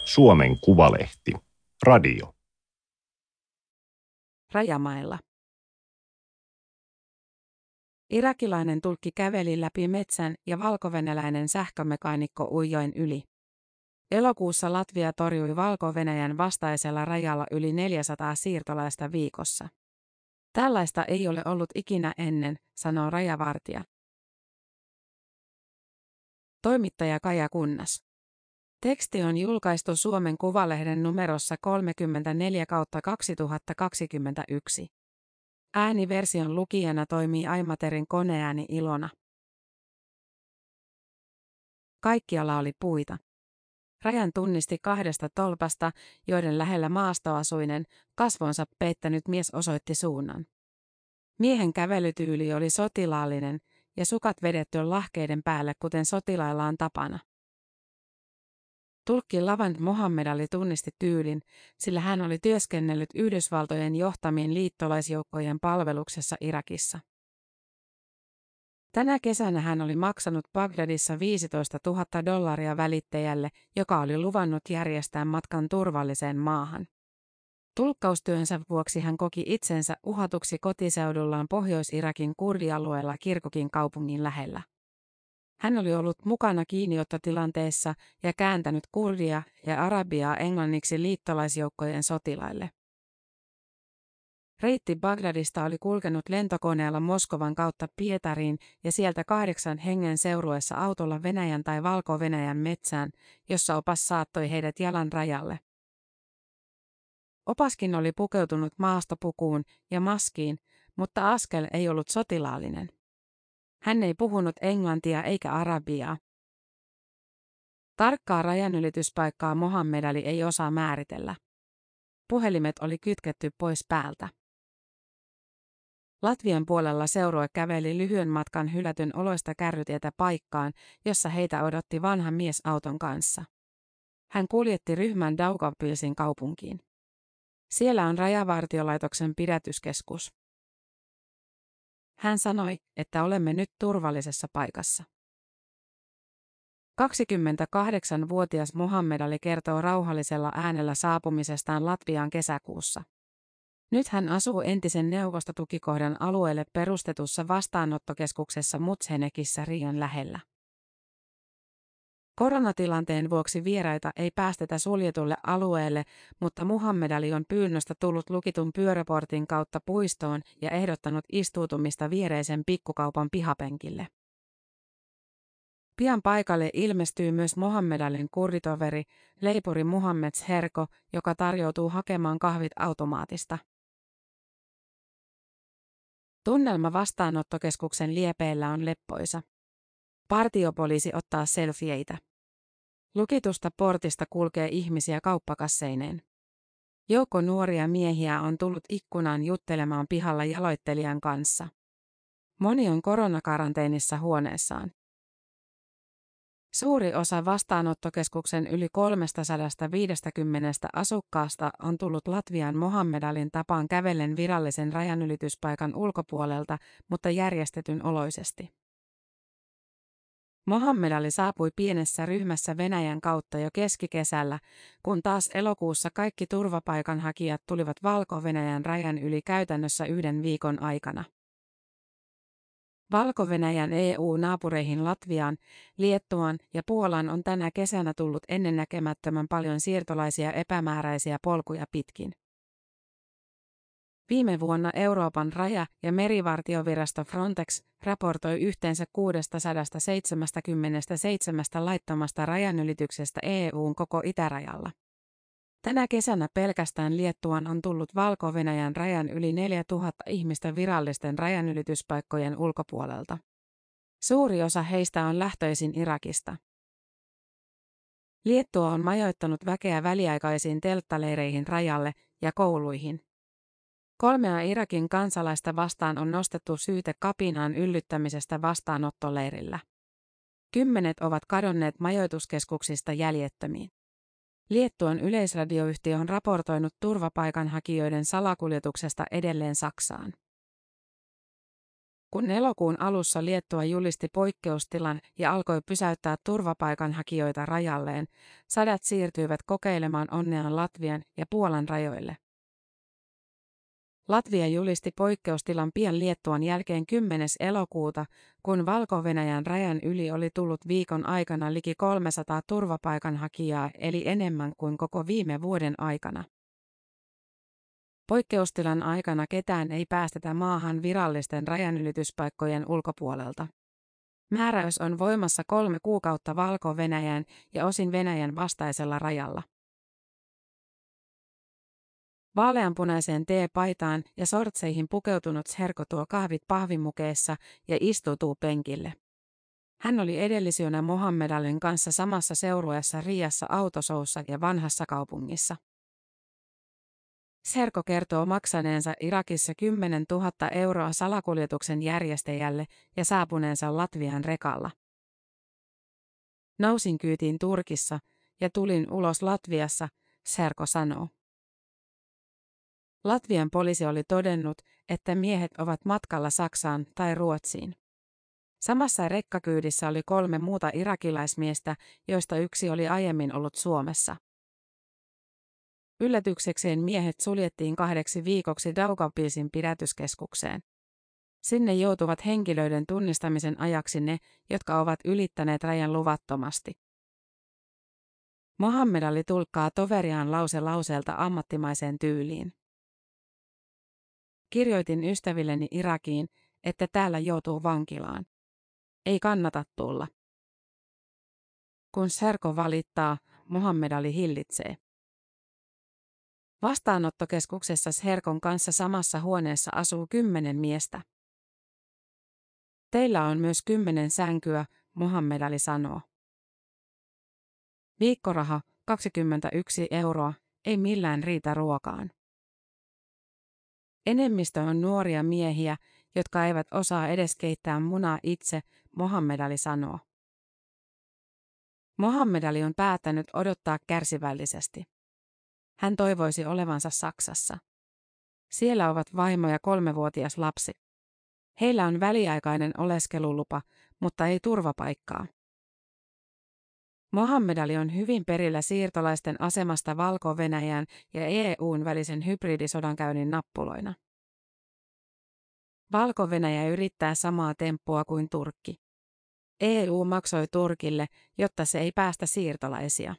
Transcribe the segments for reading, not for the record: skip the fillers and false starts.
Suomen Kuvalehti. Radio. Rajamailla. Irakilainen tulkki käveli läpi metsän ja valkovenäläinen sähkömekaanikko ui joen yli. Elokuussa Latvia torjui Valko-Venäjän vastaisella rajalla yli 400 siirtolaista viikossa. Tällaista ei ole ollut ikinä ennen, sanoo rajavartija. Toimittaja Kaja Kunnas. Teksti on julkaistu Suomen Kuvalehden numerossa 34/2021. Ääniversion lukijana toimii Aimaterin koneääni Ilona. Kaikkialla oli puita. Rajan tunnisti 2 tolpasta, joiden lähellä maastoasuinen, kasvonsa peittänyt mies osoitti suunnan. Miehen kävelytyyli oli sotilaallinen ja sukat vedetty lahkeiden päälle, kuten sotilailla on tapana. Tulkki Lavand Mohammed Ali tunnisti tyylin, sillä hän oli työskennellyt Yhdysvaltojen johtamien liittolaisjoukkojen palveluksessa Irakissa. Tänä kesänä hän oli maksanut Bagdadissa $15,000 välittäjälle, joka oli luvannut järjestää matkan turvalliseen maahan. Tulkkaustyönsä vuoksi hän koki itsensä uhatuksi kotiseudullaan Pohjois-Irakin kurdialueella Kirkukin kaupungin lähellä. Hän oli ollut mukana kiinniottotilanteessa ja kääntänyt kurdia ja arabiaa englanniksi liittolaisjoukkojen sotilaille. Reitti Bagdadista oli kulkenut lentokoneella Moskovan kautta Pietariin ja sieltä 8 hengen seurueessa autolla Venäjän tai Valko-Venäjän metsään, jossa opas saattoi heidät jalan rajalle. Opaskin oli pukeutunut maastopukuun ja maskiin, mutta askel ei ollut sotilaallinen. Hän ei puhunut englantia eikä arabiaa. Tarkkaa rajanylityspaikkaa Mohammed Ali ei osaa määritellä. Puhelimet oli kytketty pois päältä. Latvian puolella seurue käveli lyhyen matkan hylätyn oloista kärrytietä paikkaan, jossa heitä odotti vanha mies auton kanssa. Hän kuljetti ryhmän Daugavpilsin kaupunkiin. Siellä on rajavartiolaitoksen pidätyskeskus. Hän sanoi, että olemme nyt turvallisessa paikassa. 28-vuotias Mohammed Ali kertoo rauhallisella äänellä saapumisestaan Latviaan kesäkuussa. Nyt hän asuu entisen neuvostotukikohdan alueelle perustetussa vastaanottokeskuksessa Mutshenekissä Riian lähellä. Koronatilanteen vuoksi vieraita ei päästetä suljetulle alueelle, mutta Mohammed Ali on pyynnöstä tullut lukitun pyöräportin kautta puistoon ja ehdottanut istuutumista viereisen pikkukaupan pihapenkille. Pian paikalle ilmestyy myös Mohammed Alin kurditoveri, leipuri Muhammed Herko, joka tarjoutuu hakemaan kahvit automaatista. Tunnelma vastaanottokeskuksen liepeillä on leppoisa. Partiopoliisi ottaa selfieitä. Lukitusta portista kulkee ihmisiä kauppakasseineen. Joukko nuoria miehiä on tullut ikkunaan juttelemaan pihalla jaloittelijan kanssa. Moni on koronakaranteenissa huoneessaan. Suuri osa vastaanottokeskuksen yli 350 asukkaasta on tullut Latvian Mohammed Alin tapaan kävellen virallisen rajanylityspaikan ulkopuolelta, mutta järjestetyn oloisesti. Mohammed Ali saapui pienessä ryhmässä Venäjän kautta jo keskikesällä, kun taas elokuussa kaikki turvapaikanhakijat tulivat Valko-Venäjän rajan yli käytännössä 1 viikon aikana. Valko-Venäjän EU-naapureihin Latviaan, Liettuaan ja Puolaan on tänä kesänä tullut ennennäkemättömän paljon siirtolaisia epämääräisiä polkuja pitkin. Viime vuonna Euroopan raja- ja merivartiovirasto Frontex raportoi yhteensä 677 laittomasta rajanylityksestä EU:n koko itärajalla. Tänä kesänä pelkästään Liettuaan on tullut Valko-Venäjän rajan yli 4000 ihmistä virallisten rajanylityspaikkojen ulkopuolelta. Suuri osa heistä on lähtöisin Irakista. Liettua on majoittanut väkeä väliaikaisiin telttaleireihin rajalle ja kouluihin. 3 Irakin kansalaista vastaan on nostettu syyte kapinaan yllyttämisestä vastaanottoleirillä. 10 ovat kadonneet majoituskeskuksista jäljettömiin. Liettuan yleisradioyhtiö on raportoinut turvapaikanhakijoiden salakuljetuksesta edelleen Saksaan. Kun elokuun alussa Liettua julisti poikkeustilan ja alkoi pysäyttää turvapaikanhakijoita rajalleen, sadat siirtyivät kokeilemaan onneaan Latvian ja Puolan rajoille. Latvia julisti poikkeustilan pian Liettuan jälkeen 10. elokuuta, kun Valko-Venäjän rajan yli oli tullut viikon aikana liki 300 turvapaikanhakijaa eli enemmän kuin koko viime vuoden aikana. Poikkeustilan aikana ketään ei päästetä maahan virallisten rajanylityspaikkojen ulkopuolelta. Määräys on voimassa 3 kuukautta Valko-Venäjän ja osin Venäjän vastaisella rajalla. Vaaleanpunaiseen teepaitaan ja sortseihin pukeutunut Zherko tuo kahvit pahvimukeessa ja istuutuu penkille. Hän oli edellisyönä Mohammedalin kanssa samassa seurueessa Riassa autoshowssa ja vanhassa kaupungissa. Zherko kertoo maksaneensa Irakissa 10 000 euroa salakuljetuksen järjestäjälle ja saapuneensa Latvian rekalla. Nousin kyytiin Turkissa ja tulin ulos Latviassa, Zherko sanoo. Latvian poliisi oli todennut, että miehet ovat matkalla Saksaan tai Ruotsiin. Samassa rekkakyydissä oli 3 muuta irakilaismiestä, joista yksi oli aiemmin ollut Suomessa. Yllätyksekseen miehet suljettiin 2 viikoksi Daugavpilsin pidätyskeskukseen. Sinne joutuvat henkilöiden tunnistamisen ajaksi ne, jotka ovat ylittäneet rajan luvattomasti. Mohammed Ali tulkkaa toveriaan lause lauseelta ammattimaiseen tyyliin. Kirjoitin ystävilleni Irakiin, että täällä joutuu vankilaan. Ei kannata tulla. Kun Zherko valittaa, Mohammed Ali hillitsee. Vastaanottokeskuksessa Zherkon kanssa samassa huoneessa asuu 10 miestä. Teillä on myös 10 sänkyä, Mohammed Ali sanoo. Viikkoraha, 21 euroa, ei millään riitä ruokaan. Enemmistö on nuoria miehiä, jotka eivät osaa edes keittää munaa itse, Mohammed Ali sanoo. Mohammed Ali on päättänyt odottaa kärsivällisesti. Hän toivoisi olevansa Saksassa. Siellä ovat vaimo ja 3-vuotias lapsi. Heillä on väliaikainen oleskelulupa, mutta ei turvapaikkaa. Mohammed Ali on hyvin perillä siirtolaisten asemasta Valko-Venäjän ja EU:n välisen hybridisodankäynnin nappuloina. Valko-Venäjä yrittää samaa temppua kuin Turkki. EU maksoi Turkille, jotta se ei päästä siirtolaisia.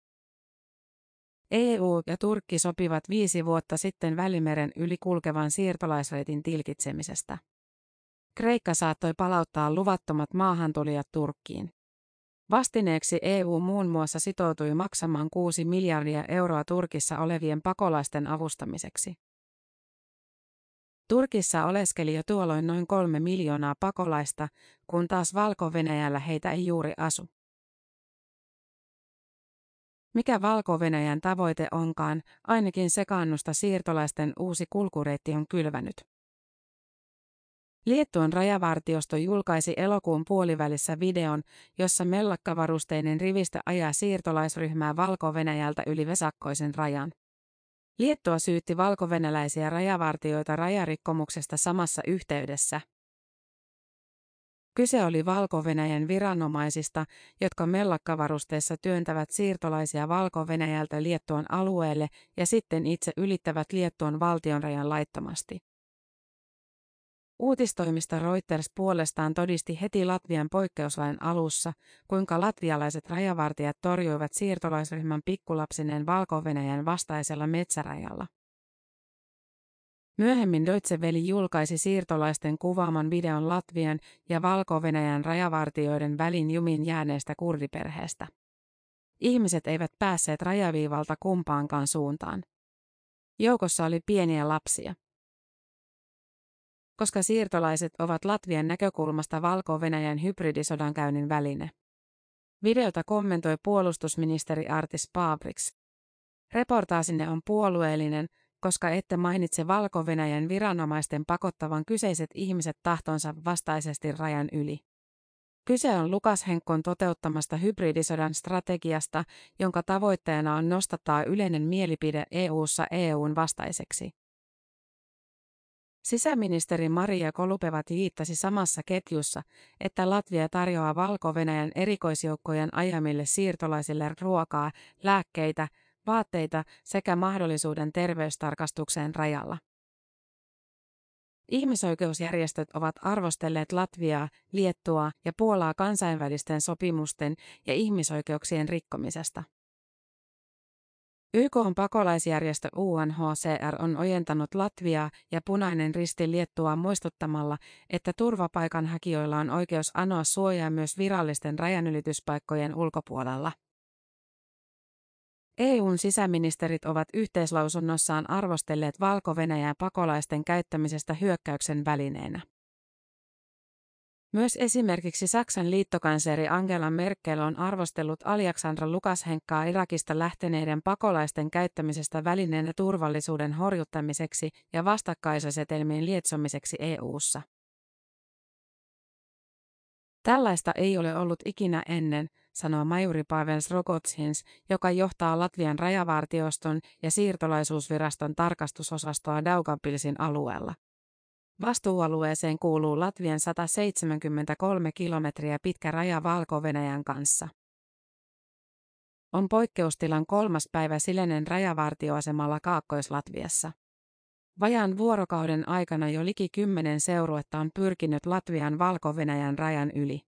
EU ja Turkki sopivat 5 vuotta sitten Välimeren yli kulkevan siirtolaisreitin tilkitsemisestä. Kreikka saattoi palauttaa luvattomat maahantulijat Turkkiin. Vastineeksi EU muun muassa sitoutui maksamaan 6 miljardia euroa Turkissa olevien pakolaisten avustamiseksi. Turkissa oleskeli jo tuolloin noin 3 miljoonaa pakolaista, kun taas Valko-Venäjällä heitä ei juuri asu. Mikä Valko-Venäjän tavoite onkaan, ainakin sekaannusta siirtolaisten uusi kulkureitti on kylvänyt. Liettuan rajavartiosto julkaisi elokuun puolivälissä videon, jossa mellakkavarusteinen rivistö ajaa siirtolaisryhmää Valko-Venäjältä yli vesakkoisen rajan. Liettua syytti valkovenäläisiä rajavartioita rajarikkomuksesta samassa yhteydessä. Kyse oli Valko-Venäjän viranomaisista, jotka mellakkavarusteessa työntävät siirtolaisia Valko-Venäjältä Liettuan alueelle ja sitten itse ylittävät Liettuan valtionrajan laittomasti. Uutistoimista Reuters puolestaan todisti heti Latvian poikkeuslain alussa, kuinka latvialaiset rajavartijat torjuivat siirtolaisryhmän pikkulapsineen Valko-Venäjän vastaisella metsärajalla. Myöhemmin Deutsche Welle julkaisi siirtolaisten kuvaaman videon Latvian ja Valko-Venäjän rajavartijoiden välin jumiin jääneestä kurdiperheestä. Ihmiset eivät päässeet rajaviivalta kumpaankaan suuntaan. Joukossa oli pieniä lapsia. Koska siirtolaiset ovat Latvian näkökulmasta Valko-Venäjän hybridisodankäynnin väline. Videota kommentoi puolustusministeri Artis Pabriks. Reportaasinne on puolueellinen, koska ette mainitse Valko-Venäjän viranomaisten pakottavan kyseiset ihmiset tahtonsa vastaisesti rajan yli. Kyse on Lukashenkon toteuttamasta hybridisodan strategiasta, jonka tavoitteena on nostattaa yleinen mielipide EU:ssa EU:n vastaiseksi. Sisäministeri Maria Kolupeva viittasi samassa ketjussa, että Latvia tarjoaa Valko-Venäjän erikoisjoukkojen ajamille siirtolaisille ruokaa, lääkkeitä, vaatteita sekä mahdollisuuden terveystarkastukseen rajalla. Ihmisoikeusjärjestöt ovat arvostelleet Latviaa, Liettuaa ja Puolaa kansainvälisten sopimusten ja ihmisoikeuksien rikkomisesta. YK:n pakolaisjärjestö UNHCR on ojentanut Latviaa ja Punainen Risti Liettuaa muistuttamalla, että turvapaikanhakijoilla on oikeus anoa suojaa myös virallisten rajanylityspaikkojen ulkopuolella. EU:n sisäministerit ovat yhteislausunnossaan arvostelleet Valko-Venäjää pakolaisten käyttämisestä hyökkäyksen välineenä. Myös esimerkiksi Saksan liittokansleri Angela Merkel on arvostellut Aljaksandra Lukashenkaa Irakista lähteneiden pakolaisten käyttämisestä välineenä turvallisuuden horjuttamiseksi ja vastakkaisasetelmien lietsomiseksi EU:ssa. Tällaista ei ole ollut ikinä ennen, sanoo majuri Pavel Rogotsins, joka johtaa Latvian rajavartioston ja siirtolaisuusviraston tarkastusosastoa Daugavpilsin alueella. Vastuualueeseen kuuluu Latvian 173 kilometriä pitkä raja Valko-Venäjän kanssa. On poikkeustilan 3. päivä Silenen rajavartioasemalla Kaakkois-Latviassa. Vajaan vuorokauden aikana jo liki 10 seuruetta on pyrkinyt Latvian Valko-Venäjän rajan yli.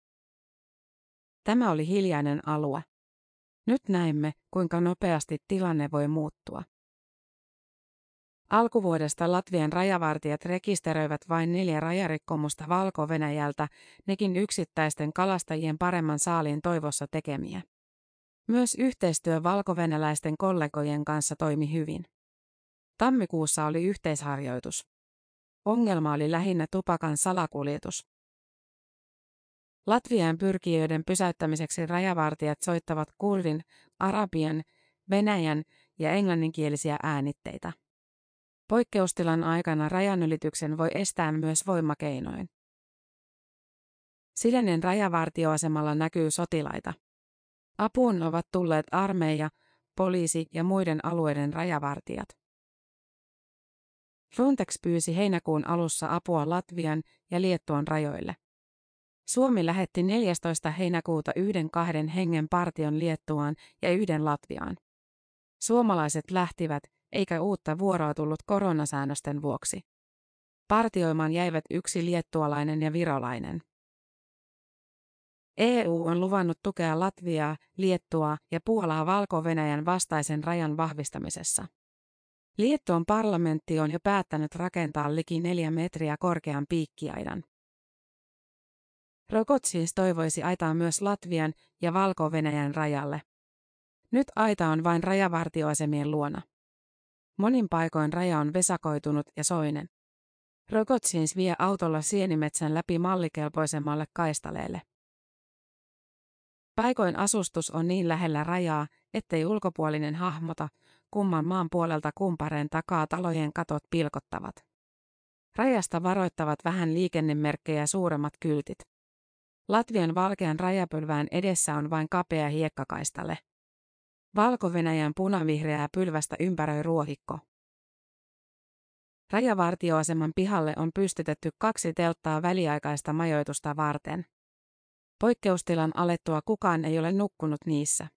Tämä oli hiljainen alue. Nyt näemme, kuinka nopeasti tilanne voi muuttua. Alkuvuodesta Latvian rajavartijat rekisteröivät vain 4 rajarikkomusta Valko-Venäjältä, nekin yksittäisten kalastajien paremman saaliin toivossa tekemiä. Myös yhteistyö valkovenäläisten kollegojen kanssa toimi hyvin. Tammikuussa oli yhteisharjoitus. Ongelma oli lähinnä tupakan salakuljetus. Latvian pyrkijöiden pysäyttämiseksi rajavartijat soittavat kurdin, arabian, venäjän ja englanninkielisiä äänitteitä. Poikkeustilan aikana rajanylityksen voi estää myös voimakeinoin. Silenen rajavartioasemalla näkyy sotilaita. Apuun ovat tulleet armeija, poliisi ja muiden alueiden rajavartijat. Frontex pyysi heinäkuun alussa apua Latvian ja Liettuan rajoille. Suomi lähetti 14. heinäkuuta 2 hengen partion Liettuaan ja 1 Latviaan. Suomalaiset lähtivät, eikä uutta vuoroa tullut koronasäännösten vuoksi. Partioimaan jäivät 1 liettualainen ja virolainen. EU on luvannut tukea Latviaa, Liettuaa ja Puolaa Valko-Venäjän vastaisen rajan vahvistamisessa. Liettuan parlamentti on jo päättänyt rakentaa liki 4 metriä korkean piikkiaidan. Rogotsins toivoisi aitaa myös Latvian ja Valko-Venäjän rajalle. Nyt aita on vain rajavartioasemien luona. Monin paikoin raja on vesakoitunut ja soinen. Rogotsins vie autolla sienimetsän läpi mallikelpoisemmalle kaistaleelle. Paikoin asustus on niin lähellä rajaa, ettei ulkopuolinen hahmota, kumman maan puolelta kumpareen takaa talojen katot pilkottavat. Rajasta varoittavat vähän liikennemerkkejä suuremmat kyltit. Latvian valkean rajapylvään edessä on vain kapea hiekkakaistale. Valko-Venäjän punavihreää pylvästä ympäröi ruohikko. Rajavartioaseman pihalle on pystytetty 2 telttaa väliaikaista majoitusta varten. Poikkeustilan alettua kukaan ei ole nukkunut niissä.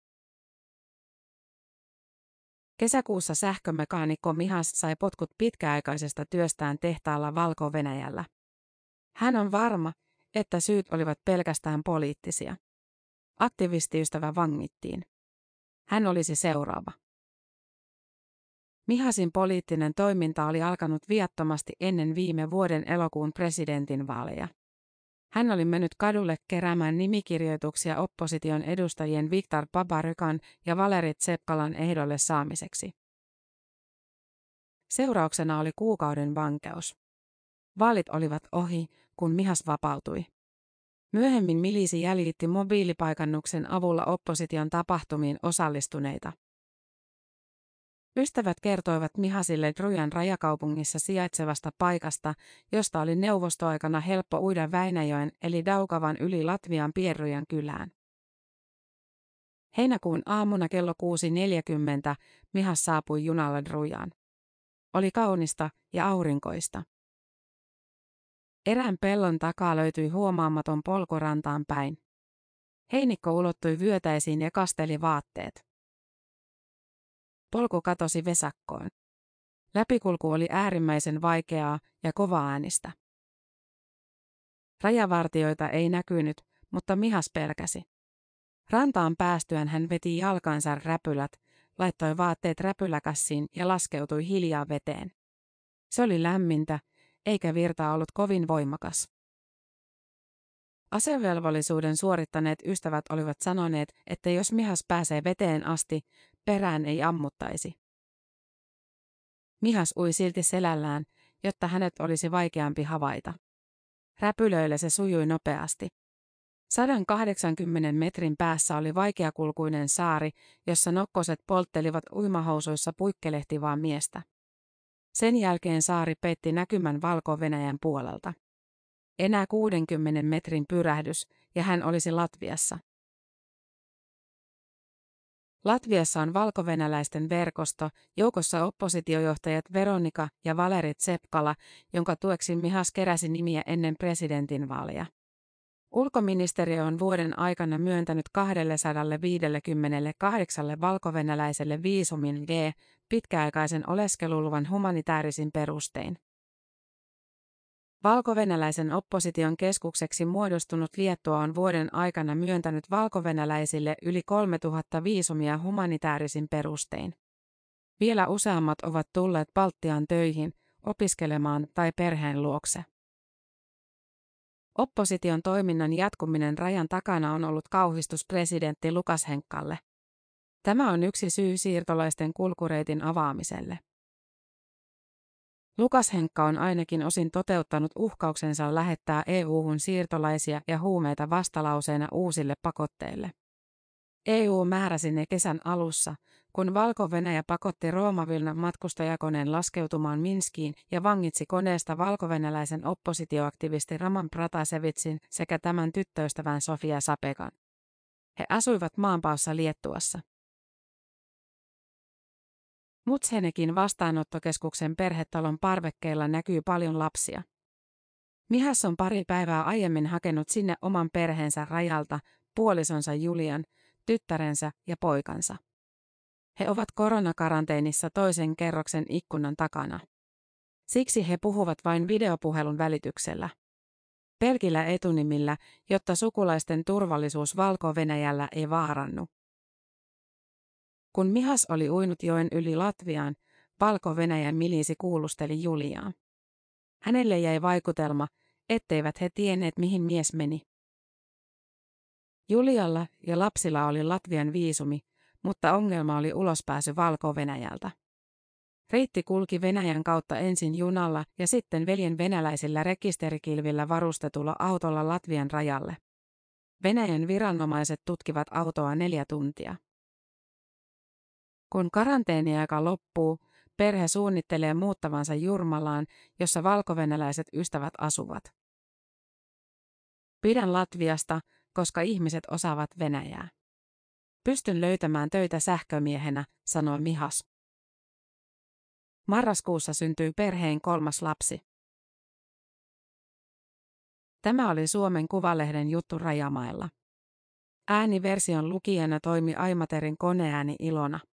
Kesäkuussa sähkömekaanikko Mihas sai potkut pitkäaikaisesta työstään tehtaalla Valko-Venäjällä. Hän on varma, että syyt olivat pelkästään poliittisia. Aktivistiystävä vangittiin. Hän olisi seuraava. Mihasin poliittinen toiminta oli alkanut viattomasti ennen viime vuoden elokuun presidentinvaaleja. Hän oli mennyt kadulle keräämään nimikirjoituksia opposition edustajien Viktor Babarykan ja Valeri Tsepkalan ehdolle saamiseksi. Seurauksena oli kuukauden vankeus. Vaalit olivat ohi, kun Mihas vapautui. Myöhemmin miliisi jäljitti mobiilipaikannuksen avulla opposition tapahtumiin osallistuneita. Ystävät kertoivat Mihasille Drujan rajakaupungissa sijaitsevasta paikasta, josta oli neuvostoaikana helppo uida Väinäjoen eli Daugavan yli Latvian Pierrujan kylään. Heinäkuun aamuna kello 6.40 Mihas saapui junalla Drujaan. Oli kaunista ja aurinkoista. Erään pellon takaa löytyi huomaamaton polku rantaan päin. Heinikko ulottui vyötäisiin ja kasteli vaatteet. Polku katosi vesakkoon. Läpikulku oli äärimmäisen vaikeaa ja kovaäänistä. Rajavartijoita ei näkynyt, mutta Mihas pelkäsi. Rantaan päästyään hän veti jalkansa räpylät, laittoi vaatteet räpyläkassiin ja laskeutui hiljaa veteen. Se oli lämmintä, eikä virta ollut kovin voimakas. Asevelvollisuuden suorittaneet ystävät olivat sanoneet, että jos Mihas pääsee veteen asti, perään ei ammuttaisi. Mihas ui silti selällään, jotta hänet olisi vaikeampi havaita. Räpylöillä se sujui nopeasti. 180 metrin päässä oli vaikeakulkuinen saari, jossa nokkoset polttelivat uimahousuissa puikkelehtivaa miestä. Sen jälkeen saari peitti näkymän Valko-Venäjän puolelta. Enää 60 metrin pyrähdys, ja hän olisi Latviassa. Latviassa on valkovenäläisten verkosto, joukossa oppositiojohtajat Veronika ja Valeri Tsepkala, jonka tueksi Mihas keräsi nimiä ennen presidentinvaaleja. Ulkoministeriö on vuoden aikana myöntänyt 258 valkovenäläiselle viisumin pitkäaikaisen oleskeluluvan humanitaarisin perustein. Valkovenäläisen opposition keskukseksi muodostunut Liettua on vuoden aikana myöntänyt valkovenäläisille yli 3000 viisumia humanitaarisin perustein. Vielä useammat ovat tulleet Baltiaan töihin, opiskelemaan tai perheen luokse. Opposition toiminnan jatkuminen rajan takana on ollut kauhistus presidentti Lukashenkalle. Tämä on yksi syy siirtolaisten kulkureitin avaamiselle. Lukashenka on ainakin osin toteuttanut uhkauksensa lähettää EU-hun siirtolaisia ja huumeita vastalauseena uusille pakotteille. EU määräsi ne kesän alussa, kun Valko-Venäjä pakotti Rooma-Vilnan matkustajakoneen laskeutumaan Minskiin ja vangitsi koneesta valkovenäläisen oppositioaktivisti Raman Pratasevitsin sekä tämän tyttöystävän Sofia Sapekan. He asuivat maanpaossa Liettuassa. Mutshenekin vastaanottokeskuksen perhetalon parvekkeilla näkyy paljon lapsia. Mihas on pari päivää aiemmin hakenut sinne oman perheensä rajalta, puolisonsa Julian, tyttärensä ja poikansa. He ovat koronakaranteenissa toisen kerroksen ikkunan takana. Siksi he puhuvat vain videopuhelun välityksellä. Pelkillä etunimillä, jotta sukulaisten turvallisuus Valko-Venäjällä ei vaarannu. Kun Mihas oli uinut joen yli Latviaan, Valko-Venäjän miliisi kuulusteli Juliaa. Hänelle jäi vaikutelma, etteivät he tienneet mihin mies meni. Julialla ja lapsilla oli Latvian viisumi, mutta ongelma oli ulospääsy Valko-Venäjältä. Reitti kulki Venäjän kautta ensin junalla ja sitten veljen venäläisillä rekisterikilvillä varustetulla autolla Latvian rajalle. Venäjän viranomaiset tutkivat autoa 4 tuntia. Kun karanteeniaika loppuu, perhe suunnittelee muuttavansa Jurmalaan, jossa valkovenäläiset ystävät asuvat. Pidän Latviasta, koska ihmiset osaavat venäjää. Pystyn löytämään töitä sähkömiehenä, sanoi Mihas. Marraskuussa syntyi perheen 3. lapsi. Tämä oli Suomen Kuvalehden juttu Rajamailla. Ääniversion lukijana toimi Aimaterin koneääni Ilona.